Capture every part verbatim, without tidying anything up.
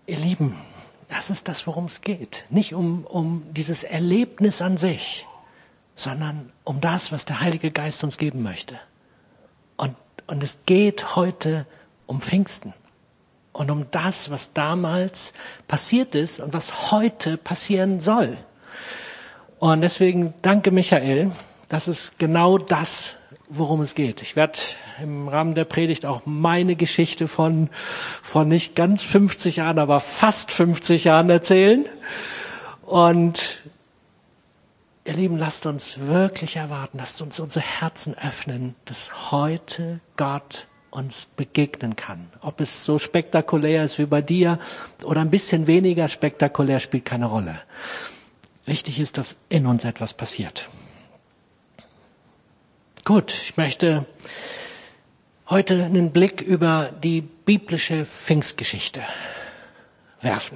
ihr Lieben, das ist das, worum es geht. Nicht um, um dieses Erlebnis an sich, sondern um das, was der Heilige Geist uns geben möchte. Und, und es geht heute um Pfingsten und um das, was damals passiert ist und was heute passieren soll. Und deswegen danke Michael, das ist genau das, worum es geht. Ich werde im Rahmen der Predigt auch meine Geschichte von, von nicht ganz fünfzig Jahren, aber fast fünfzig Jahren erzählen. Und ihr Lieben, lasst uns wirklich erwarten, lasst uns unsere Herzen öffnen, dass heute Gott uns begegnen kann. Ob es so spektakulär ist wie bei dir oder ein bisschen weniger spektakulär, spielt keine Rolle. Wichtig ist, dass in uns etwas passiert. Gut, ich möchte heute einen Blick über die biblische Pfingstgeschichte werfen.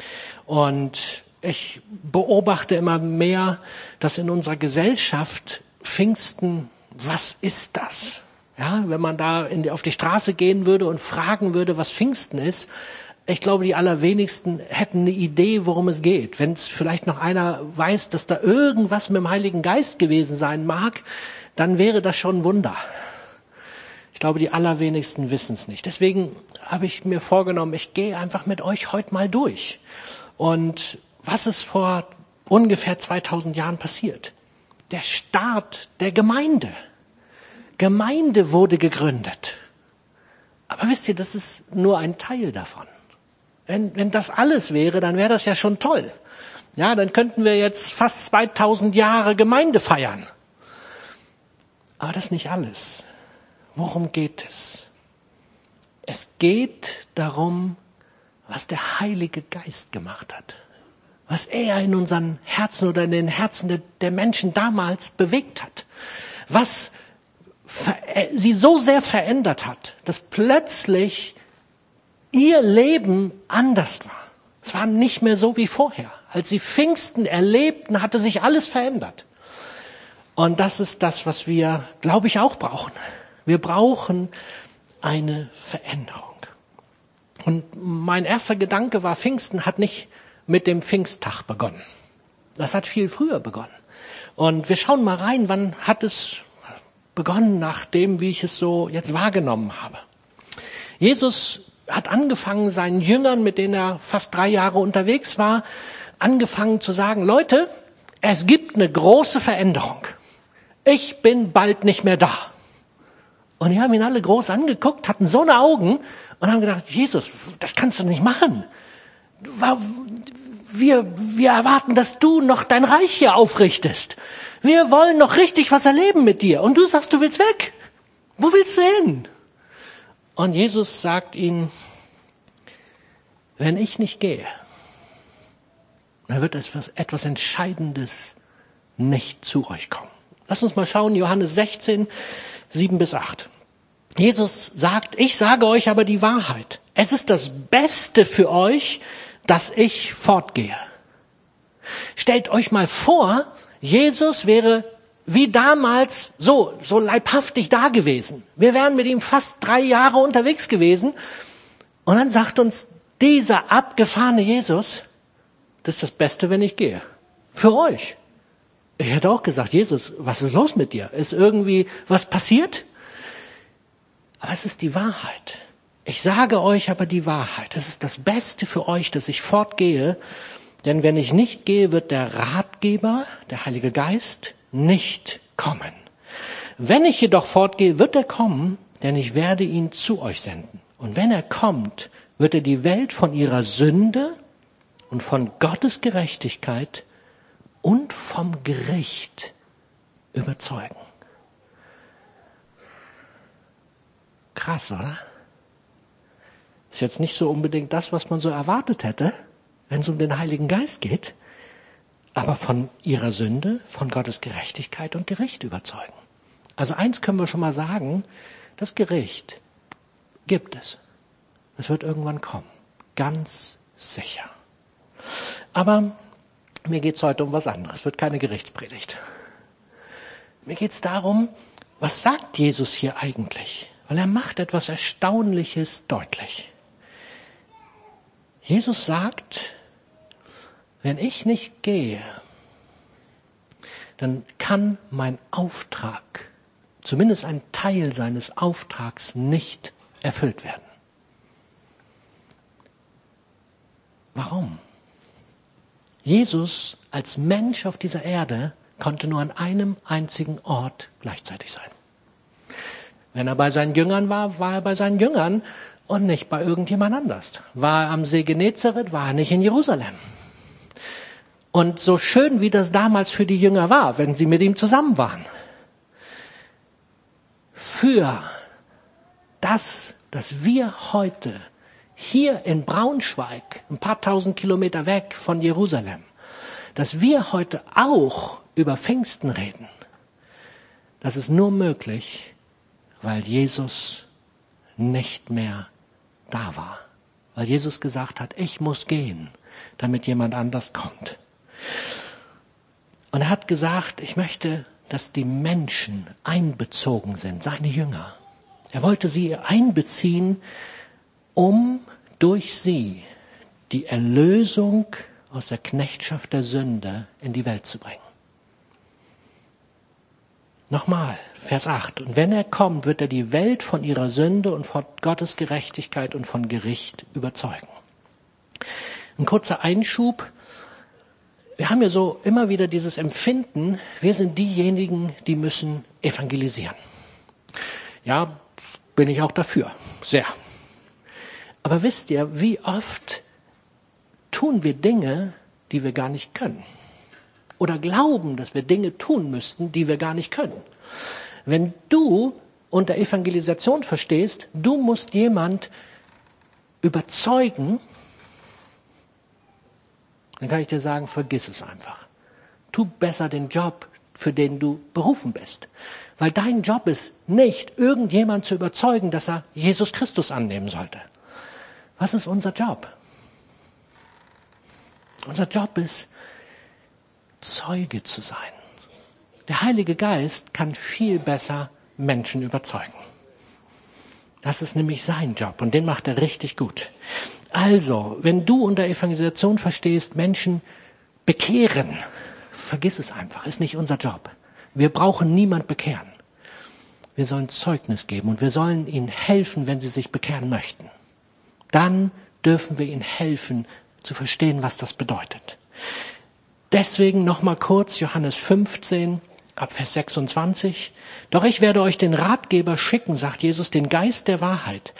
Und ich beobachte immer mehr, dass in unserer Gesellschaft Pfingsten, was ist das? Ja, wenn man da in die, auf die Straße gehen würde und fragen würde, was Pfingsten ist, ich glaube, die allerwenigsten hätten eine Idee, worum es geht. Wenn es vielleicht noch einer weiß, dass da irgendwas mit dem Heiligen Geist gewesen sein mag, dann wäre das schon ein Wunder. Ich glaube, die allerwenigsten wissen es nicht. Deswegen habe ich mir vorgenommen, ich gehe einfach mit euch heute mal durch. Und was ist vor ungefähr zweitausend Jahren passiert? Der Start der Gemeinde. Gemeinde wurde gegründet. Aber wisst ihr, das ist nur ein Teil davon. Wenn, wenn das alles wäre, dann wäre das ja schon toll. Ja, dann könnten wir jetzt fast zweitausend Jahre Gemeinde feiern. Aber das ist nicht alles. Worum geht es? Es geht darum, was der Heilige Geist gemacht hat. Was er in unseren Herzen oder in den Herzen der, der Menschen damals bewegt hat. Was sie so sehr verändert hat, dass plötzlich ihr Leben anders war. Es war nicht mehr so wie vorher. Als sie Pfingsten erlebten, hatte sich alles verändert. Und das ist das, was wir, glaube ich, auch brauchen. Wir brauchen eine Veränderung. Und mein erster Gedanke war, Pfingsten hat nicht mit dem Pfingsttag begonnen. Das hat viel früher begonnen. Und wir schauen mal rein, wann hat es begonnen, nach dem, wie ich es so jetzt wahrgenommen habe. Jesus hat angefangen, seinen Jüngern, mit denen er fast drei Jahre unterwegs war, angefangen zu sagen, Leute, es gibt eine große Veränderung. Ich bin bald nicht mehr da. Und die haben ihn alle groß angeguckt, hatten so eine Augen und haben gedacht, Jesus, das kannst du nicht machen. Wir, wir erwarten, dass du noch dein Reich hier aufrichtest. Wir wollen noch richtig was erleben mit dir. Und du sagst, du willst weg. Wo willst du hin? Und Jesus sagt ihnen, wenn ich nicht gehe, dann wird etwas, etwas Entscheidendes nicht zu euch kommen. Lass uns mal schauen, Johannes sechzehn, sieben bis acht. Jesus sagt, ich sage euch aber die Wahrheit. Es ist das Beste für euch, dass ich fortgehe. Stellt euch mal vor, Jesus wäre wie damals so, so leibhaftig da gewesen. Wir wären mit ihm fast drei Jahre unterwegs gewesen. Und dann sagt uns dieser abgefahrene Jesus, das ist das Beste, wenn ich gehe. Für euch. Ich hätte auch gesagt, Jesus, was ist los mit dir? Ist irgendwie was passiert? Aber es ist die Wahrheit. Ich sage euch aber die Wahrheit. Es ist das Beste für euch, dass ich fortgehe. Denn wenn ich nicht gehe, wird der Ratgeber, der Heilige Geist, nicht kommen. Wenn ich jedoch fortgehe, wird er kommen, denn ich werde ihn zu euch senden. Und wenn er kommt, wird er die Welt von ihrer Sünde und von Gottes Gerechtigkeit und vom Gericht überzeugen. Krass, oder? Ist jetzt nicht so unbedingt das, was man so erwartet hätte, wenn es um den Heiligen Geist geht, aber von ihrer Sünde, von Gottes Gerechtigkeit und Gericht überzeugen. Also eins können wir schon mal sagen, das Gericht gibt es. Es wird irgendwann kommen. Ganz sicher. Aber mir geht es heute um was anderes. Es wird keine Gerichtspredigt. Mir geht es darum, was sagt Jesus hier eigentlich? Weil er macht etwas Erstaunliches deutlich. Jesus sagt, wenn ich nicht gehe, dann kann mein Auftrag, zumindest ein Teil seines Auftrags, nicht erfüllt werden. Warum? Jesus als Mensch auf dieser Erde konnte nur an einem einzigen Ort gleichzeitig sein. Wenn er bei seinen Jüngern war, war er bei seinen Jüngern und nicht bei irgendjemand anders. War er am See Genezareth, war er nicht in Jerusalem. Und so schön, wie das damals für die Jünger war, wenn sie mit ihm zusammen waren, für das, dass wir heute hier in Braunschweig, ein paar tausend Kilometer weg von Jerusalem, dass wir heute auch über Pfingsten reden, das ist nur möglich, weil Jesus nicht mehr da war. Weil Jesus gesagt hat, ich muss gehen, damit jemand anders kommt. Und er hat gesagt, ich möchte, dass die Menschen einbezogen sind, seine Jünger. Er wollte sie einbeziehen, um durch sie die Erlösung aus der Knechtschaft der Sünde in die Welt zu bringen. Nochmal, Vers acht. Und wenn er kommt, wird er die Welt von ihrer Sünde und von Gottes Gerechtigkeit und von Gericht überzeugen. Ein kurzer Einschub. Wir haben ja so immer wieder dieses Empfinden, wir sind diejenigen, die müssen evangelisieren. Ja, bin ich auch dafür. Sehr. Aber wisst ihr, wie oft tun wir Dinge, die wir gar nicht können? Oder glauben, dass wir Dinge tun müssten, die wir gar nicht können. Wenn du unter Evangelisation verstehst, du musst jemand überzeugen, dann kann ich dir sagen, vergiss es einfach. Tu besser den Job, für den du berufen bist. Weil dein Job ist nicht, irgendjemand zu überzeugen, dass er Jesus Christus annehmen sollte. Was ist unser Job? Unser Job ist, Zeuge zu sein. Der Heilige Geist kann viel besser Menschen überzeugen. Das ist nämlich sein Job und den macht er richtig gut. Also, wenn du unter Evangelisation verstehst, Menschen bekehren, vergiss es einfach, ist nicht unser Job. Wir brauchen niemand bekehren. Wir sollen Zeugnis geben und wir sollen ihnen helfen, wenn sie sich bekehren möchten. Dann dürfen wir ihnen helfen, zu verstehen, was das bedeutet. Deswegen nochmal kurz Johannes fünfzehn, ab Vers sechsundzwanzig. Doch ich werde euch den Ratgeber schicken, sagt Jesus, den Geist der Wahrheit.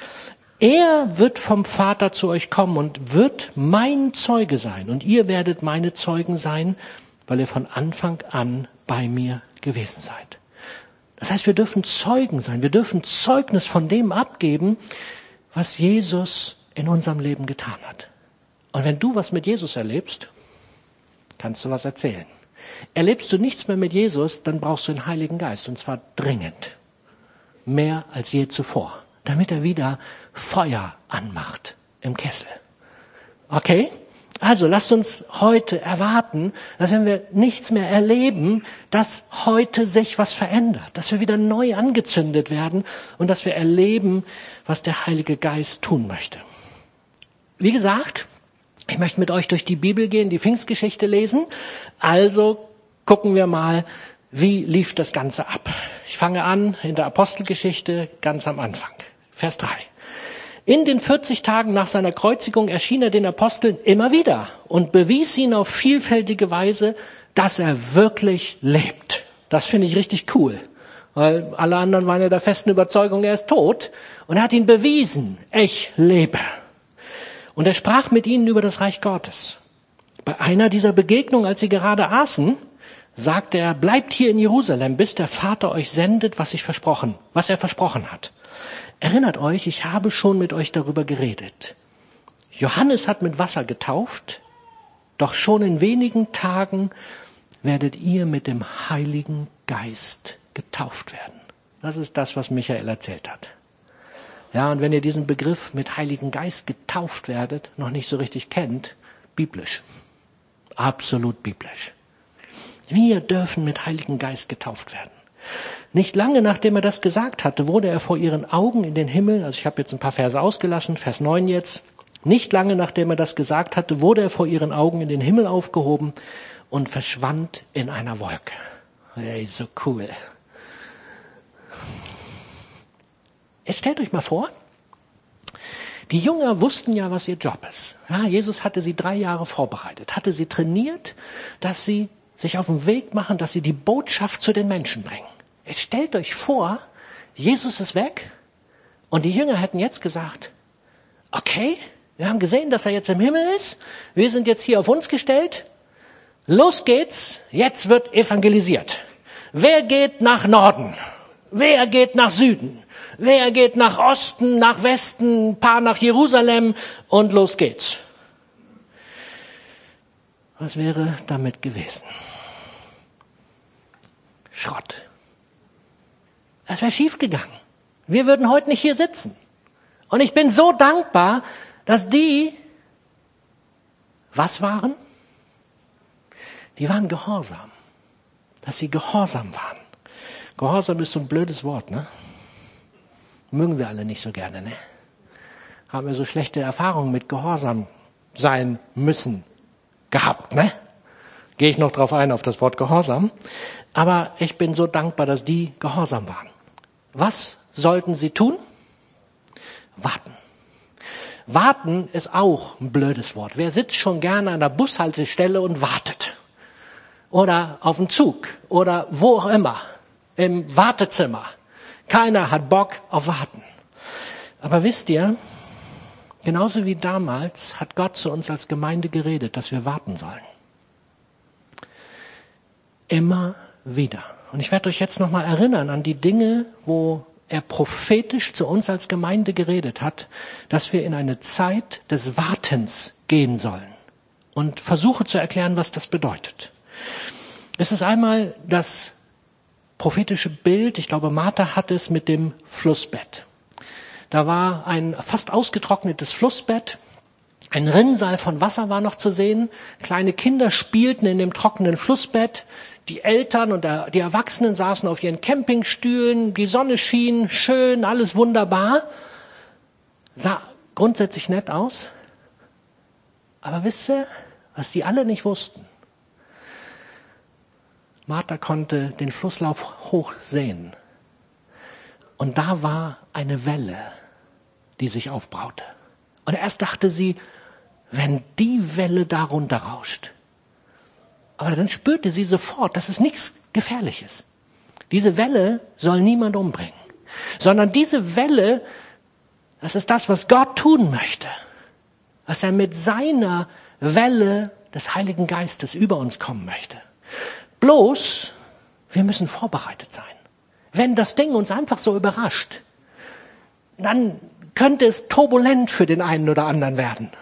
Er wird vom Vater zu euch kommen und wird mein Zeuge sein. Und ihr werdet meine Zeugen sein, weil ihr von Anfang an bei mir gewesen seid. Das heißt, wir dürfen Zeugen sein. Wir dürfen Zeugnis von dem abgeben, was Jesus in unserem Leben getan hat. Und wenn du was mit Jesus erlebst, kannst du was erzählen. Erlebst du nichts mehr mit Jesus, dann brauchst du den Heiligen Geist, und zwar dringend. Mehr als je zuvor, damit er wieder Feuer anmacht im Kessel. Okay? Also lasst uns heute erwarten, dass wenn wir nichts mehr erleben, dass heute sich was verändert, dass wir wieder neu angezündet werden und dass wir erleben, was der Heilige Geist tun möchte. Wie gesagt, ich möchte mit euch durch die Bibel gehen, die Pfingstgeschichte lesen. Also gucken wir mal, wie lief das Ganze ab. Ich fange an in der Apostelgeschichte ganz am Anfang. Vers drei. In den vierzig Tagen nach seiner Kreuzigung erschien er den Aposteln immer wieder und bewies ihnen auf vielfältige Weise, dass er wirklich lebt. Das finde ich richtig cool, weil alle anderen waren ja der festen Überzeugung, er ist tot. Und er hat ihnen bewiesen, ich lebe. Und er sprach mit ihnen über das Reich Gottes. Bei einer dieser Begegnungen, als sie gerade aßen, sagte er, bleibt hier in Jerusalem, bis der Vater euch sendet, was ich versprochen, was er versprochen hat. Erinnert euch, ich habe schon mit euch darüber geredet. Johannes hat mit Wasser getauft, doch schon in wenigen Tagen werdet ihr mit dem Heiligen Geist getauft werden. Das ist das, was Michael erzählt hat. Ja, und wenn ihr diesen Begriff mit Heiligen Geist getauft werdet, noch nicht so richtig kennt, biblisch. Absolut biblisch. Wir dürfen mit Heiligen Geist getauft werden. Nicht lange nachdem er das gesagt hatte, wurde er vor ihren Augen in den Himmel, also ich habe jetzt ein paar Verse ausgelassen, Vers neun jetzt, Nicht lange nachdem er das gesagt hatte, wurde er vor ihren Augen in den Himmel aufgehoben und verschwand in einer Wolke. Hey, so cool. Jetzt stellt euch mal vor, die Jünger wussten ja, was ihr Job ist. Ja, Jesus hatte sie drei Jahre vorbereitet, hatte sie trainiert, dass sie sich auf den Weg machen, dass sie die Botschaft zu den Menschen bringen. Jetzt stellt euch vor, Jesus ist weg und die Jünger hätten jetzt gesagt, okay, wir haben gesehen, dass er jetzt im Himmel ist, wir sind jetzt hier auf uns gestellt, los geht's, jetzt wird evangelisiert. Wer geht nach Norden? Wer geht nach Süden? Wer geht nach Osten, nach Westen, ein paar nach Jerusalem und los geht's. Was wäre damit gewesen? Schrott. Das wäre schief gegangen. Wir würden heute nicht hier sitzen. Und ich bin so dankbar, dass die, was waren? Die waren gehorsam. Dass sie gehorsam waren. Gehorsam ist so ein blödes Wort, ne? Mögen wir alle nicht so gerne, ne? Haben wir so schlechte Erfahrungen mit Gehorsam sein müssen gehabt, ne? Gehe ich noch drauf ein, auf das Wort Gehorsam. Aber ich bin so dankbar, dass die gehorsam waren. Was sollten sie tun? Warten. Warten ist auch ein blödes Wort. Wer sitzt schon gerne an der Bushaltestelle und wartet? Oder auf dem Zug oder wo auch immer, im Wartezimmer. Keiner hat Bock auf Warten. Aber wisst ihr, genauso wie damals hat Gott zu uns als Gemeinde geredet, dass wir warten sollen. Immer wieder. Und ich werde euch jetzt nochmal erinnern an die Dinge, wo er prophetisch zu uns als Gemeinde geredet hat, dass wir in eine Zeit des Wartens gehen sollen. Und versuche zu erklären, was das bedeutet. Es ist einmal das prophetische Bild, ich glaube, Martha hat es mit dem Flussbett. Da war ein fast ausgetrocknetes Flussbett, ein Rinnsal von Wasser war noch zu sehen, kleine Kinder spielten in dem trockenen Flussbett, die Eltern und die Erwachsenen saßen auf ihren Campingstühlen, die Sonne schien, schön, alles wunderbar, sah grundsätzlich nett aus. Aber wisst ihr, was die alle nicht wussten? Martha konnte den Flusslauf hoch sehen. Und da war eine Welle, die sich aufbraute. Und erst dachte sie, wenn die Welle da runterrauscht. Aber dann spürte sie sofort, dass es nichts Gefährliches. Diese Welle soll niemand umbringen. Sondern diese Welle, das ist das, was Gott tun möchte. Was er mit seiner Welle des Heiligen Geistes über uns kommen möchte. Bloß, wir müssen vorbereitet sein. Wenn das Ding uns einfach so überrascht, dann könnte es turbulent für den einen oder anderen werden.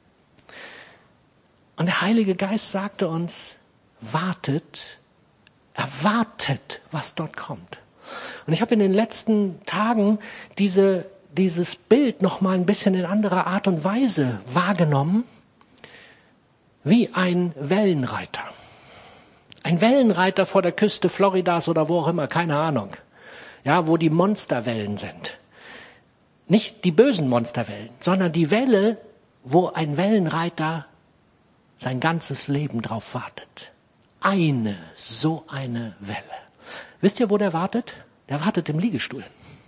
Und der Heilige Geist sagte uns, wartet, erwartet, was dort kommt. Und ich habe in den letzten Tagen diese, dieses Bild noch mal ein bisschen in anderer Art und Weise wahrgenommen, wie ein Wellenreiter. Ein Wellenreiter vor der Küste Floridas oder wo auch immer, keine Ahnung. Ja, wo die Monsterwellen sind. Nicht die bösen Monsterwellen, sondern die Welle, wo ein Wellenreiter sein ganzes Leben drauf wartet. Eine, so eine Welle. Wisst ihr, wo der wartet? Der wartet im Liegestuhl.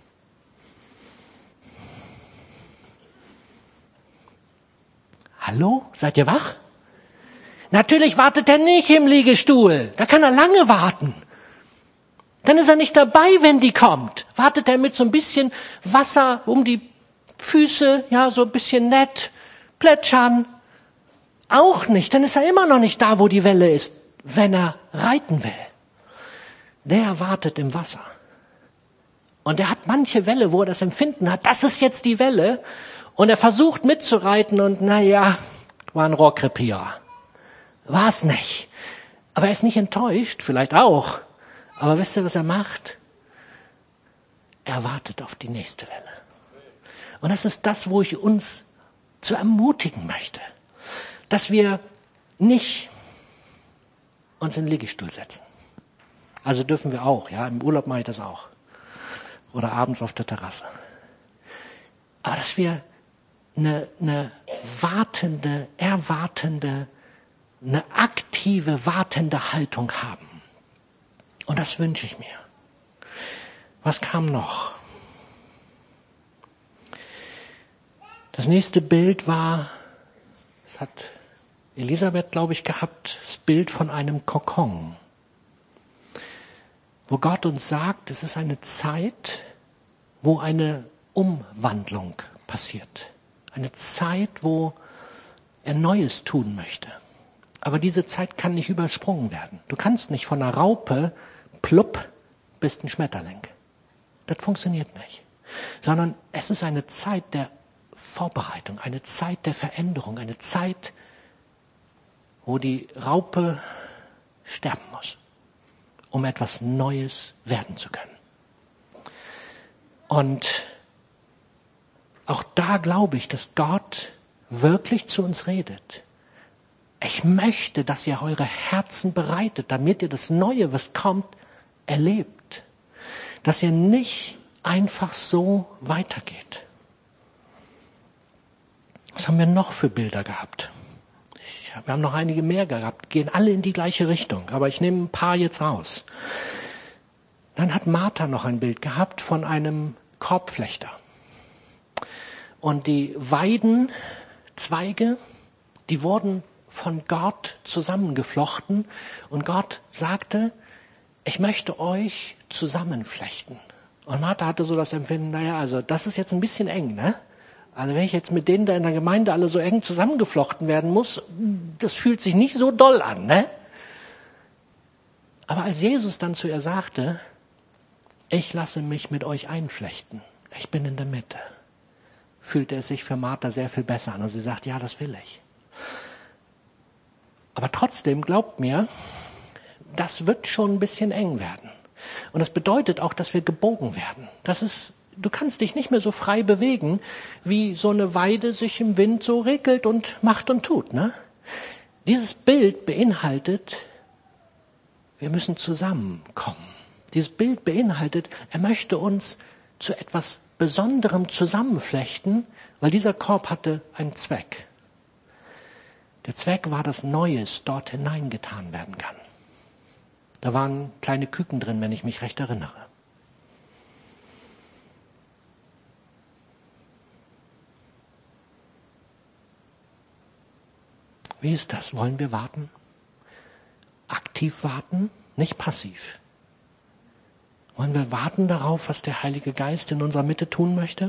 Hallo? Seid ihr wach? Natürlich wartet er nicht im Liegestuhl. Da kann er lange warten. Dann ist er nicht dabei, wenn die kommt. Wartet er mit so ein bisschen Wasser um die Füße, ja, so ein bisschen nett, plätschern. Auch nicht. Dann ist er immer noch nicht da, wo die Welle ist, wenn er reiten will. Der wartet im Wasser. Und er hat manche Welle, wo er das Empfinden hat, das ist jetzt die Welle. Und er versucht mitzureiten und naja, war ein Rohrkrepierer. War es nicht. Aber er ist nicht enttäuscht, vielleicht auch. Aber wisst ihr, was er macht? Er wartet auf die nächste Welle. Und das ist das, wo ich uns zu ermutigen möchte. Dass wir nicht uns in den Liegestuhl setzen. Also dürfen wir auch, ja. Im Urlaub mache ich das auch. Oder abends auf der Terrasse. Aber dass wir eine, eine wartende, erwartende, eine aktive, wartende Haltung haben. Und das wünsche ich mir. Was kam noch? Das nächste Bild war, das hat Elisabeth, glaube ich, gehabt, das Bild von einem Kokon, wo Gott uns sagt, es ist eine Zeit, wo eine Umwandlung passiert. Eine Zeit, wo er Neues tun möchte. Aber diese Zeit kann nicht übersprungen werden. Du kannst nicht von einer Raupe, plupp, bist ein Schmetterling. Das funktioniert nicht. Sondern es ist eine Zeit der Vorbereitung, eine Zeit der Veränderung, eine Zeit, wo die Raupe sterben muss, um etwas Neues werden zu können. Und auch da glaube ich, dass Gott wirklich zu uns redet. Ich möchte, dass ihr eure Herzen bereitet, damit ihr das Neue, was kommt, erlebt. Dass ihr nicht einfach so weitergeht. Was haben wir noch für Bilder gehabt? Ich, wir haben noch einige mehr gehabt, gehen alle in die gleiche Richtung, aber ich nehme ein paar jetzt raus. Dann hat Martha noch ein Bild gehabt von einem Korbflechter. Und die Weidenzweige, die wurden von Gott zusammengeflochten. Und Gott sagte, ich möchte euch zusammenflechten. Und Martha hatte so das Empfinden, naja, also das ist jetzt ein bisschen eng, ne? Also wenn ich jetzt mit denen da in der Gemeinde alle so eng zusammengeflochten werden muss, das fühlt sich nicht so doll an, ne? Aber als Jesus dann zu ihr sagte, ich lasse mich mit euch einflechten, ich bin in der Mitte, fühlte es sich für Martha sehr viel besser an. Und sie sagt, ja, das will ich. Aber trotzdem, glaubt mir, das wird schon ein bisschen eng werden. Und das bedeutet auch, dass wir gebogen werden. Das ist, du kannst dich nicht mehr so frei bewegen, wie so eine Weide sich im Wind so regelt und macht und tut, ne? Dieses Bild beinhaltet, wir müssen zusammenkommen. Dieses Bild beinhaltet, er möchte uns zu etwas Besonderem zusammenflechten, weil dieser Korb hatte einen Zweck. Der Zweck war, dass Neues dort hineingetan werden kann. Da waren kleine Küken drin, wenn ich mich recht erinnere. Wie ist das? Wollen wir warten? Aktiv warten, nicht passiv. Wollen wir warten darauf, was der Heilige Geist in unserer Mitte tun möchte?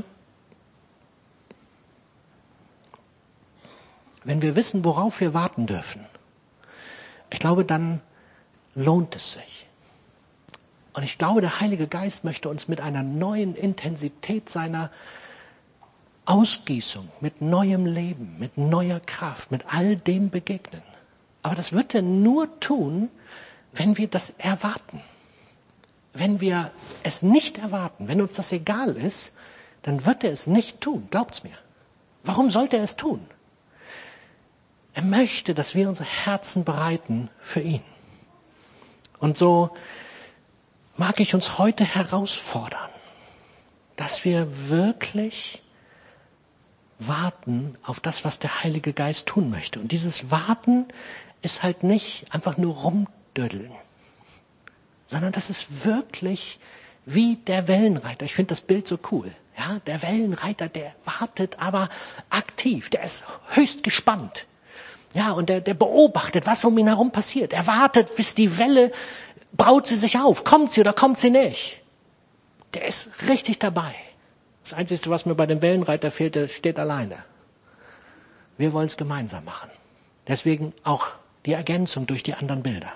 Wenn wir wissen, worauf wir warten dürfen, ich glaube, dann lohnt es sich. Und ich glaube, der Heilige Geist möchte uns mit einer neuen Intensität seiner Ausgießung, mit neuem Leben, mit neuer Kraft, mit all dem begegnen. Aber das wird er nur tun, wenn wir das erwarten. Wenn wir es nicht erwarten, wenn uns das egal ist, dann wird er es nicht tun, glaubt's mir. Warum sollte er es tun? Er möchte, dass wir unsere Herzen bereiten für ihn. Und so mag ich uns heute herausfordern, dass wir wirklich warten auf das, was der Heilige Geist tun möchte. Und dieses Warten ist halt nicht einfach nur rumdödeln, sondern das ist wirklich wie der Wellenreiter. Ich finde das Bild so cool. Ja, der Wellenreiter, der wartet aber aktiv, der ist höchst gespannt. Ja, und der, der beobachtet, was um ihn herum passiert. Er wartet, bis die Welle, baut sie sich auf, kommt sie oder kommt sie nicht. Der ist richtig dabei. Das Einzige, was mir bei dem Wellenreiter fehlt, der steht alleine. Wir wollen es gemeinsam machen. Deswegen auch die Ergänzung durch die anderen Bilder.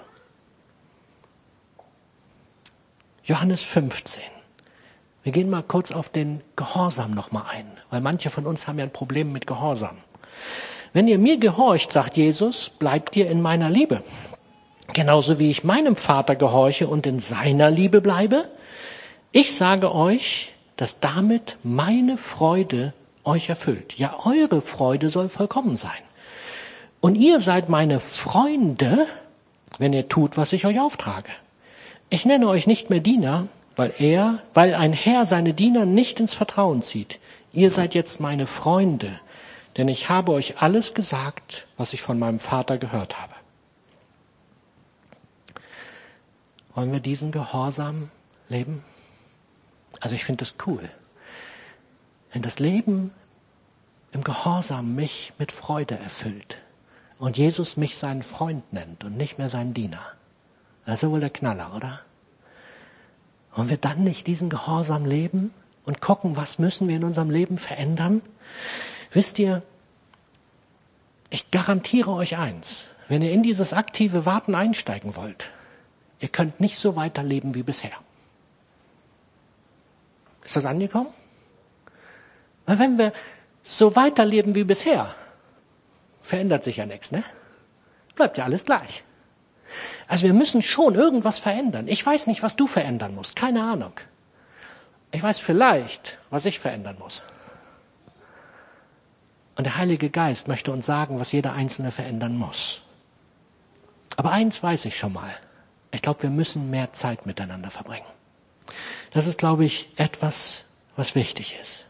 Johannes fünfzehn. Wir gehen mal kurz auf den Gehorsam nochmal ein, weil manche von uns haben ja ein Problem mit Gehorsam. Wenn ihr mir gehorcht, sagt Jesus, bleibt ihr in meiner Liebe. Genauso wie ich meinem Vater gehorche und in seiner Liebe bleibe. Ich sage euch, dass damit meine Freude euch erfüllt. Ja, eure Freude soll vollkommen sein. Und ihr seid meine Freunde, wenn ihr tut, was ich euch auftrage. Ich nenne euch nicht mehr Diener, weil er, weil ein Herr seine Diener nicht ins Vertrauen zieht. Ihr seid jetzt meine Freunde, denn ich habe euch alles gesagt, was ich von meinem Vater gehört habe. Wollen wir diesen Gehorsam leben? Also ich finde das cool. Wenn das Leben im Gehorsam mich mit Freude erfüllt und Jesus mich seinen Freund nennt und nicht mehr seinen Diener, das ist wohl der Knaller, oder? Wollen wir dann nicht diesen Gehorsam leben und gucken, was müssen wir in unserem Leben verändern? Wisst ihr, ich garantiere euch eins, wenn ihr in dieses aktive Warten einsteigen wollt, ihr könnt nicht so weiterleben wie bisher. Ist das angekommen? Weil wenn wir so weiterleben wie bisher, verändert sich ja nichts, ne? Bleibt ja alles gleich. Also wir müssen schon irgendwas verändern. Ich weiß nicht, was du verändern musst. Keine Ahnung. Ich weiß vielleicht, was ich verändern muss. Und der Heilige Geist möchte uns sagen, was jeder Einzelne verändern muss. Aber eins weiß ich schon mal. Ich glaube, wir müssen mehr Zeit miteinander verbringen. Das ist, glaube ich, etwas, was wichtig ist.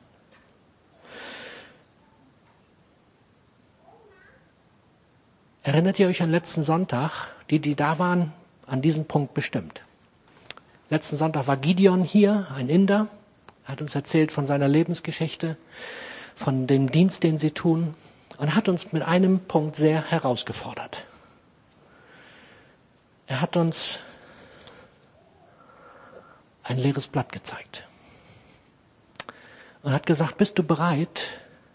Erinnert ihr euch an letzten Sonntag? Die, die da waren, an diesen Punkt bestimmt. Letzten Sonntag war Gideon hier, ein Inder. Er hat uns erzählt von seiner Lebensgeschichte, von dem Dienst, den sie tun, und hat uns mit einem Punkt sehr herausgefordert. Er hat uns ein leeres Blatt gezeigt und hat gesagt, bist du bereit,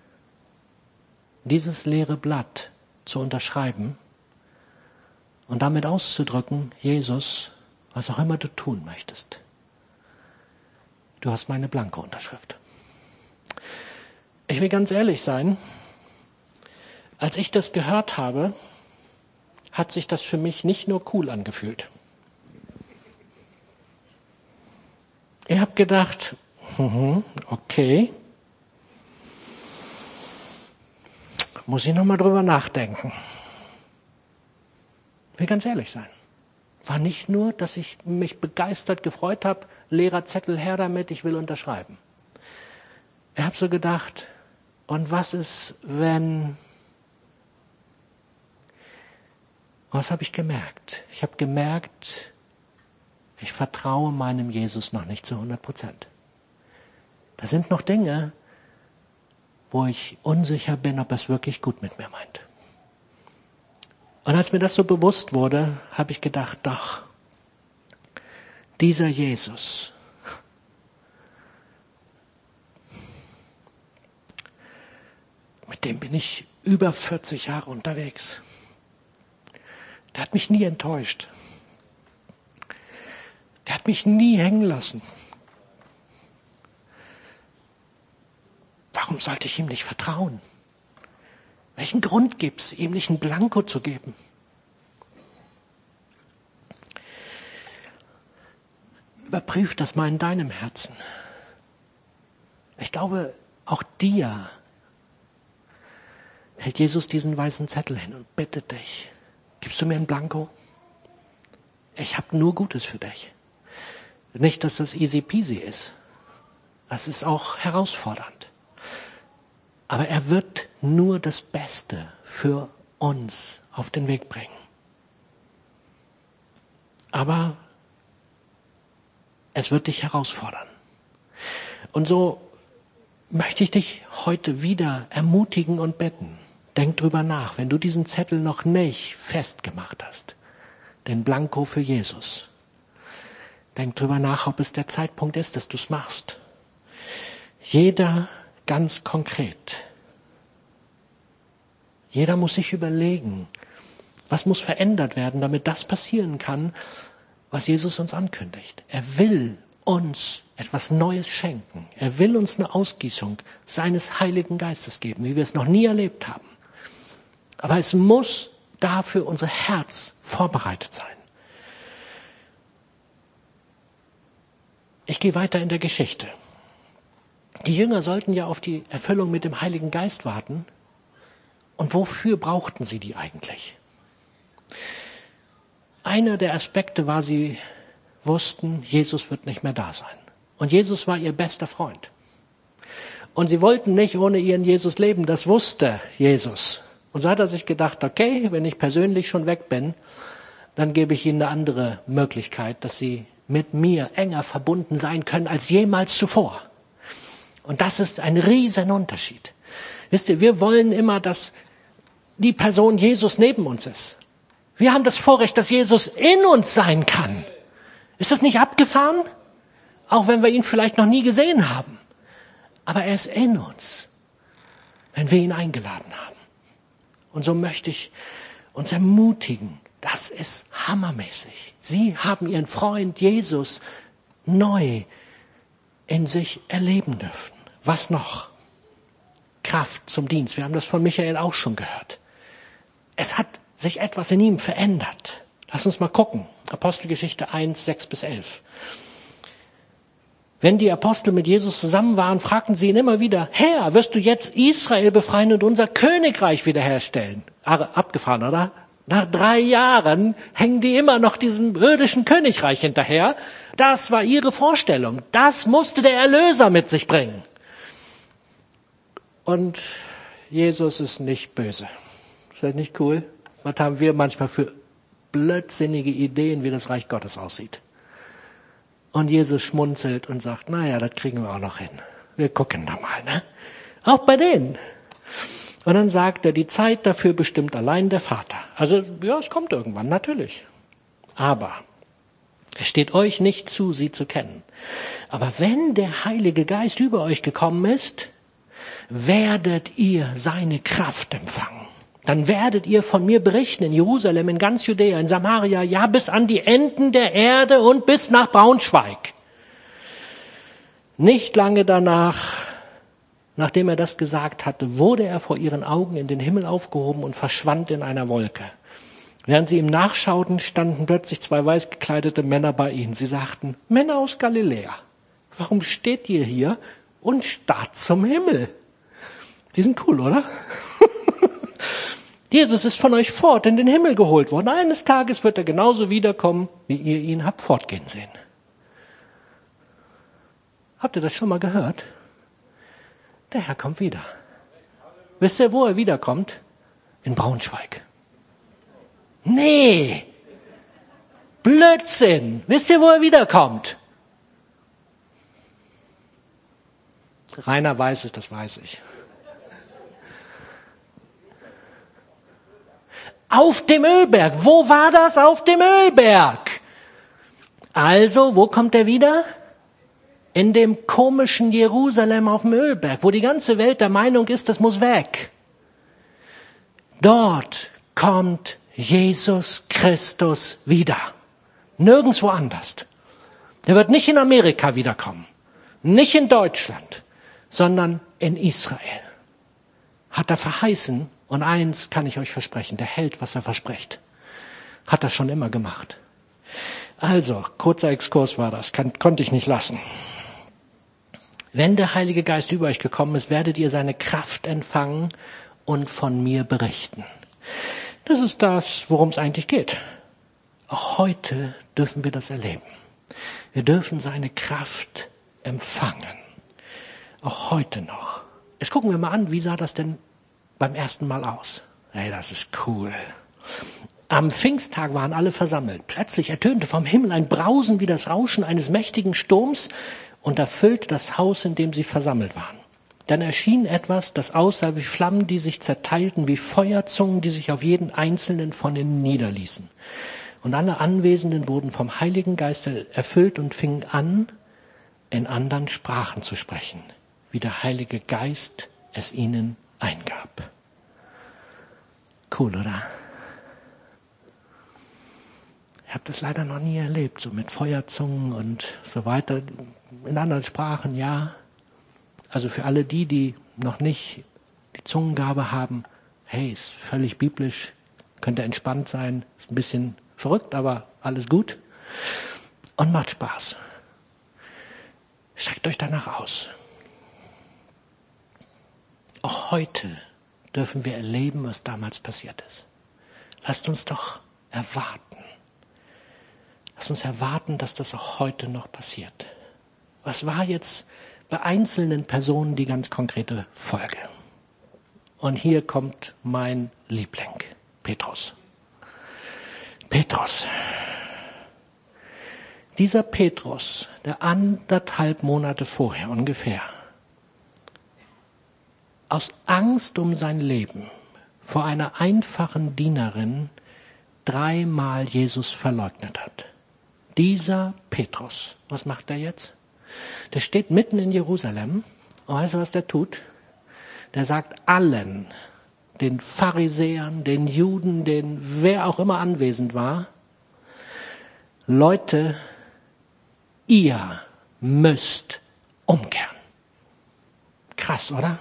dieses leere Blatt zu unterschreiben und damit auszudrücken, Jesus, was auch immer du tun möchtest, du hast meine blanke Unterschrift. Ich will ganz ehrlich sein, als ich das gehört habe, hat sich das für mich nicht nur cool angefühlt. Ich habe gedacht, okay, muss ich nochmal drüber nachdenken. Ich will ganz ehrlich sein. War nicht nur, dass ich mich begeistert gefreut habe, leerer Zettel her damit, ich will unterschreiben. Ich habe so gedacht, und was ist, wenn... Was habe ich gemerkt? Ich habe gemerkt, ich vertraue meinem Jesus noch nicht zu hundert Prozent. Da sind noch Dinge, wo ich unsicher bin, ob er es wirklich gut mit mir meint. Und als mir das so bewusst wurde, habe ich gedacht, doch, dieser Jesus, mit dem bin ich über vierzig Jahre unterwegs. Der hat mich nie enttäuscht. Der hat mich nie hängen lassen. Warum sollte ich ihm nicht vertrauen? Welchen Grund gibt es, ihm nicht einen Blanko zu geben? Überprüf das mal in deinem Herzen. Ich glaube, auch dir hält Jesus diesen weißen Zettel hin und bittet dich, gibst du mir einen Blanko? Ich habe nur Gutes für dich. Nicht, dass das easy peasy ist. Das ist auch herausfordernd. Aber er wird nur das Beste für uns auf den Weg bringen. Aber es wird dich herausfordern. Und so möchte ich dich heute wieder ermutigen und bitten. Denk drüber nach, wenn du diesen Zettel noch nicht festgemacht hast. Den Blanko für Jesus. Denk drüber nach, ob es der Zeitpunkt ist, dass du es machst. Jeder ganz konkret. Jeder muss sich überlegen, was muss verändert werden, damit das passieren kann, was Jesus uns ankündigt. Er will uns etwas Neues schenken. Er will uns eine Ausgießung seines Heiligen Geistes geben, wie wir es noch nie erlebt haben. Aber es muss dafür unser Herz vorbereitet sein. Ich gehe weiter in der Geschichte. Die Jünger sollten ja auf die Erfüllung mit dem Heiligen Geist warten. Und wofür brauchten sie die eigentlich? Einer der Aspekte war, sie wussten, Jesus wird nicht mehr da sein. Und Jesus war ihr bester Freund. Und sie wollten nicht ohne ihren Jesus leben, das wusste Jesus. Und so hat er sich gedacht, okay, wenn ich persönlich schon weg bin, dann gebe ich ihnen eine andere Möglichkeit, dass sie mit mir enger verbunden sein können als jemals zuvor. Und das ist ein riesen Unterschied. Wisst ihr, wir wollen immer, dass die Person Jesus neben uns ist. Wir haben das Vorrecht, dass Jesus in uns sein kann. Ist das nicht abgefahren? Auch wenn wir ihn vielleicht noch nie gesehen haben. Aber er ist in uns, wenn wir ihn eingeladen haben. Und so möchte ich uns ermutigen, das ist hammermäßig. Sie haben ihren Freund Jesus neu in sich erleben dürfen. Was noch? Kraft zum Dienst. Wir haben das von Michael auch schon gehört. Es hat sich etwas in ihm verändert. Lass uns mal gucken. Apostelgeschichte eins, sechs bis elf. Wenn die Apostel mit Jesus zusammen waren, fragten sie ihn immer wieder, Herr, wirst du jetzt Israel befreien und unser Königreich wiederherstellen? Abgefahren, oder? Nach drei Jahren hängen die immer noch diesem irdischen Königreich hinterher. Das war ihre Vorstellung. Das musste der Erlöser mit sich bringen. Und Jesus ist nicht böse. Ist das nicht cool? Was haben wir manchmal für blödsinnige Ideen, wie das Reich Gottes aussieht? Und Jesus schmunzelt und sagt, naja, das kriegen wir auch noch hin. Wir gucken da mal, ne? Auch bei denen. Und dann sagt er, die Zeit dafür bestimmt allein der Vater. Also, ja, es kommt irgendwann, natürlich. Aber es steht euch nicht zu, sie zu kennen. Aber wenn der Heilige Geist über euch gekommen ist, werdet ihr seine Kraft empfangen. Dann werdet ihr von mir berichten in Jerusalem, in ganz Judäa, in Samaria, ja bis an die Enden der Erde und bis nach Braunschweig. Nicht lange danach, nachdem er das gesagt hatte, wurde er vor ihren Augen in den Himmel aufgehoben und verschwand in einer Wolke. Während sie ihm nachschauten, standen plötzlich zwei weiß gekleidete Männer bei ihnen. Sie sagten, Männer aus Galiläa, warum steht ihr hier und starrt zum Himmel? Die sind cool, oder? Jesus ist von euch fort in den Himmel geholt worden. Eines Tages wird er genauso wiederkommen, wie ihr ihn habt fortgehen sehen. Habt ihr das schon mal gehört? Der Herr kommt wieder. Wisst ihr, wo er wiederkommt? In Braunschweig. Nee! Blödsinn! Wisst ihr, wo er wiederkommt? Rainer weiß es, das weiß ich. Auf dem Ölberg. Wo war das? Auf dem Ölberg. Also, wo kommt er wieder? In dem komischen Jerusalem auf dem Ölberg, wo die ganze Welt der Meinung ist, das muss weg. Dort kommt Jesus Christus wieder. Nirgendwo anders. Der wird nicht in Amerika wiederkommen. Nicht in Deutschland, sondern in Israel. Hat er verheißen. Und eins kann ich euch versprechen, der hält, was er verspricht. Hat er schon immer gemacht. Also, kurzer Exkurs war das, kann, konnte ich nicht lassen. Wenn der Heilige Geist über euch gekommen ist, werdet ihr seine Kraft empfangen und von mir berichten. Das ist das, worum es eigentlich geht. Auch heute dürfen wir das erleben. Wir dürfen seine Kraft empfangen. Auch heute noch. Jetzt gucken wir mal an, wie sah das denn beim ersten Mal aus? Hey, das ist cool. Am Pfingsttag waren alle versammelt. Plötzlich ertönte vom Himmel ein Brausen wie das Rauschen eines mächtigen Sturms und erfüllte das Haus, in dem sie versammelt waren. Dann erschien etwas, das aussah wie Flammen, die sich zerteilten, wie Feuerzungen, die sich auf jeden einzelnen von ihnen niederließen. Und alle Anwesenden wurden vom Heiligen Geist erfüllt und fingen an, in anderen Sprachen zu sprechen, wie der Heilige Geist es ihnen eingab. Cool, oder? Ich habe das leider noch nie erlebt, so mit Feuerzungen und so weiter. In anderen Sprachen, ja. Also für alle die, die noch nicht die Zungengabe haben, hey, ist völlig biblisch, könnte entspannt sein, ist ein bisschen verrückt, aber alles gut und macht Spaß. Streckt euch danach aus. Auch heute dürfen wir erleben, was damals passiert ist. Lasst uns doch erwarten. Lasst uns erwarten, dass das auch heute noch passiert. Was war jetzt bei einzelnen Personen die ganz konkrete Folge. Und hier kommt mein Liebling, Petrus. Petrus. Dieser Petrus, der anderthalb Monate vorher ungefähr aus Angst um sein Leben vor einer einfachen Dienerin dreimal Jesus verleugnet hat. Dieser Petrus, was macht er jetzt? Der steht mitten in Jerusalem und weißt du, was der tut? Der sagt allen, den Pharisäern, den Juden, den wer auch immer anwesend war, Leute, ihr müsst umkehren. Krass, oder?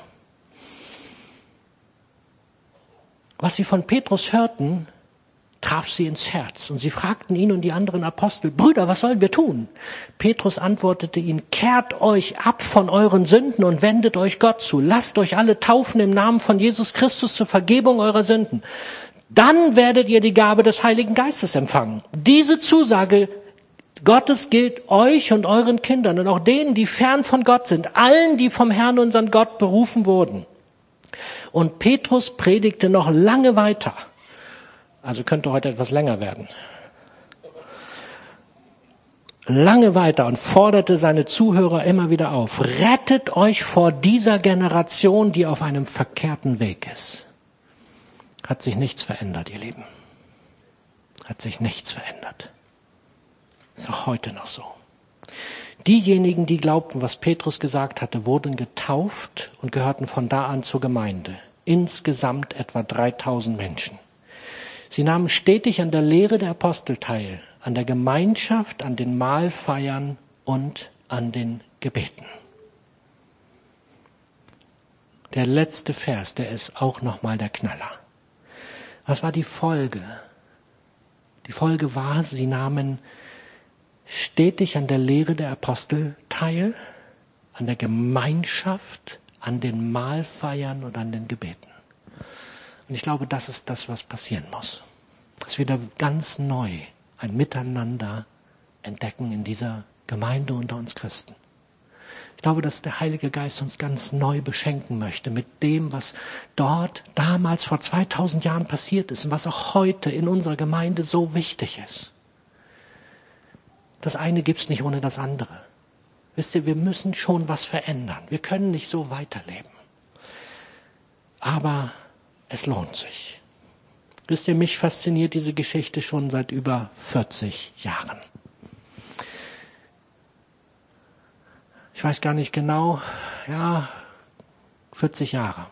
Was sie von Petrus hörten, traf sie ins Herz. Und sie fragten ihn und die anderen Apostel, Brüder, was sollen wir tun? Petrus antwortete ihnen, kehrt euch ab von euren Sünden und wendet euch Gott zu. Lasst euch alle taufen im Namen von Jesus Christus zur Vergebung eurer Sünden. Dann werdet ihr die Gabe des Heiligen Geistes empfangen. Diese Zusage Gottes gilt euch und euren Kindern und auch denen, die fern von Gott sind, allen, die vom Herrn, unseren Gott, berufen wurden. Und Petrus predigte noch lange weiter. Also könnte heute etwas länger werden. Lange weiter und forderte seine Zuhörer immer wieder auf. Rettet euch vor dieser Generation, die auf einem verkehrten Weg ist. Hat sich nichts verändert, ihr Lieben. Hat sich nichts verändert. Ist auch heute noch so. Diejenigen, die glaubten, was Petrus gesagt hatte, wurden getauft und gehörten von da an zur Gemeinde. Insgesamt etwa dreitausend Menschen. Sie nahmen stetig an der Lehre der Apostel teil, an der Gemeinschaft, an den Mahlfeiern und an den Gebeten. Der letzte Vers, der ist auch nochmal der Knaller. Was war die Folge? Die Folge war, sie nahmen stetig an der Lehre der Apostel teil, an der Gemeinschaft, an den Mahlfeiern und an den Gebeten. Und ich glaube, das ist das, was passieren muss. Dass wir da ganz neu ein Miteinander entdecken in dieser Gemeinde unter uns Christen. Ich glaube, dass der Heilige Geist uns ganz neu beschenken möchte mit dem, was dort damals vor zweitausend Jahren passiert ist und was auch heute in unserer Gemeinde so wichtig ist. Das eine gibt's nicht ohne das andere. Wisst ihr, wir müssen schon was verändern. Wir können nicht so weiterleben. Aber es lohnt sich. Wisst ihr, mich fasziniert diese Geschichte schon seit über vierzig Jahren. Ich weiß gar nicht genau, ja, vierzig Jahre.